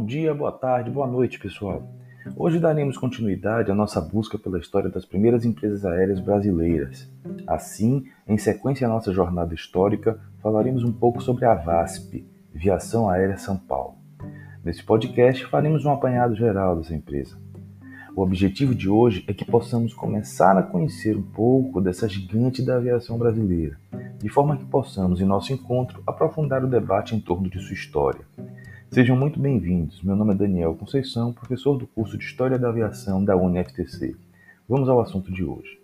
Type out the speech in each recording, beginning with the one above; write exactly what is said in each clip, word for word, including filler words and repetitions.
dia, boa tarde, boa noite, pessoal. Hoje daremos continuidade à nossa busca pela história das primeiras empresas aéreas brasileiras. Assim, em sequência à nossa jornada histórica, falaremos um pouco sobre a VASP, Viação Aérea São Paulo. Nesse podcast, faremos um apanhado geral dessa empresa. O objetivo de hoje é que possamos começar a conhecer um pouco dessa gigante da aviação brasileira, de forma que possamos, em nosso encontro, aprofundar o debate em torno de sua história. Sejam muito bem-vindos. Meu nome é Daniel Conceição, professor do curso de História da Aviação da U N F T C. Vamos ao assunto de hoje.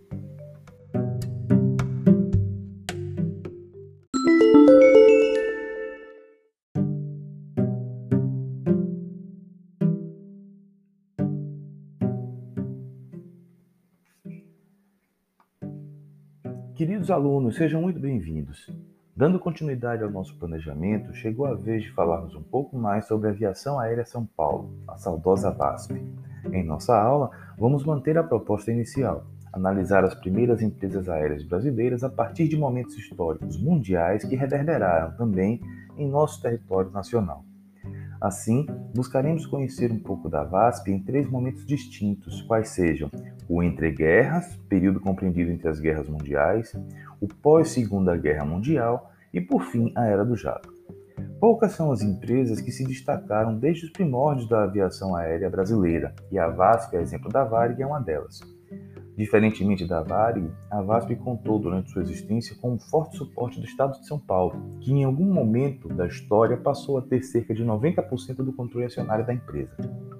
Queridos alunos, sejam muito bem-vindos. Dando continuidade ao nosso planejamento, chegou a vez de falarmos um pouco mais sobre a Aviação Aérea São Paulo, a saudosa VASP. Em nossa aula, vamos manter a proposta inicial, analisar as primeiras empresas aéreas brasileiras a partir de momentos históricos mundiais que reverberaram também em nosso território nacional. Assim, buscaremos conhecer um pouco da VASP em três momentos distintos, quais sejam o entreguerras, período compreendido entre as guerras mundiais, o pós-Segunda Guerra Mundial e, por fim, a Era do Jato. Poucas são as empresas que se destacaram desde os primórdios da aviação aérea brasileira, e a VASP, a exemplo da Varig, é uma delas. Diferentemente da Varig, a VASP contou durante sua existência com um forte suporte do Estado de São Paulo, que em algum momento da história passou a ter cerca de noventa por cento do controle acionário da empresa.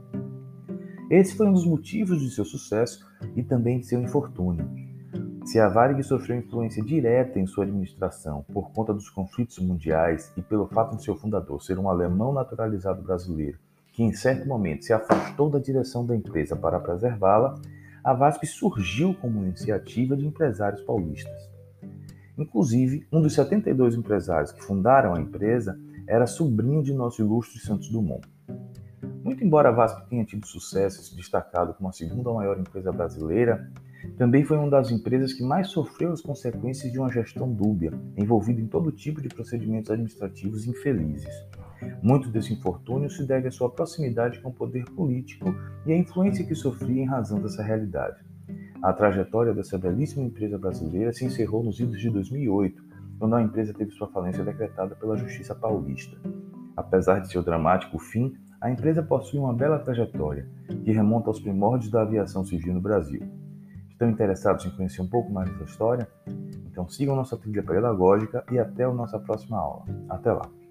Esse foi um dos motivos de seu sucesso e também de seu infortúnio. Se a Varig sofreu influência direta em sua administração por conta dos conflitos mundiais e pelo fato de seu fundador ser um alemão naturalizado brasileiro, que em certo momento se afastou da direção da empresa para preservá-la, a VASP surgiu como uma iniciativa de empresários paulistas. Inclusive, um dos setenta e dois empresários que fundaram a empresa era sobrinho de nosso ilustre Santos Dumont. Muito embora a VASP tenha tido sucesso e se destacado como a segunda maior empresa brasileira, também foi uma das empresas que mais sofreu as consequências de uma gestão dúbia, envolvida em todo tipo de procedimentos administrativos infelizes. Muito desse infortúnio se deve à sua proximidade com o poder político e à influência que sofria em razão dessa realidade. A trajetória dessa belíssima empresa brasileira se encerrou nos idos de dois mil e oito, quando a empresa teve sua falência decretada pela Justiça Paulista. Apesar de seu dramático fim, a empresa possui uma bela trajetória, que remonta aos primórdios da aviação civil no Brasil. Estão interessados em conhecer um pouco mais dessa história? Então sigam nossa trilha pedagógica e até a nossa próxima aula. Até lá!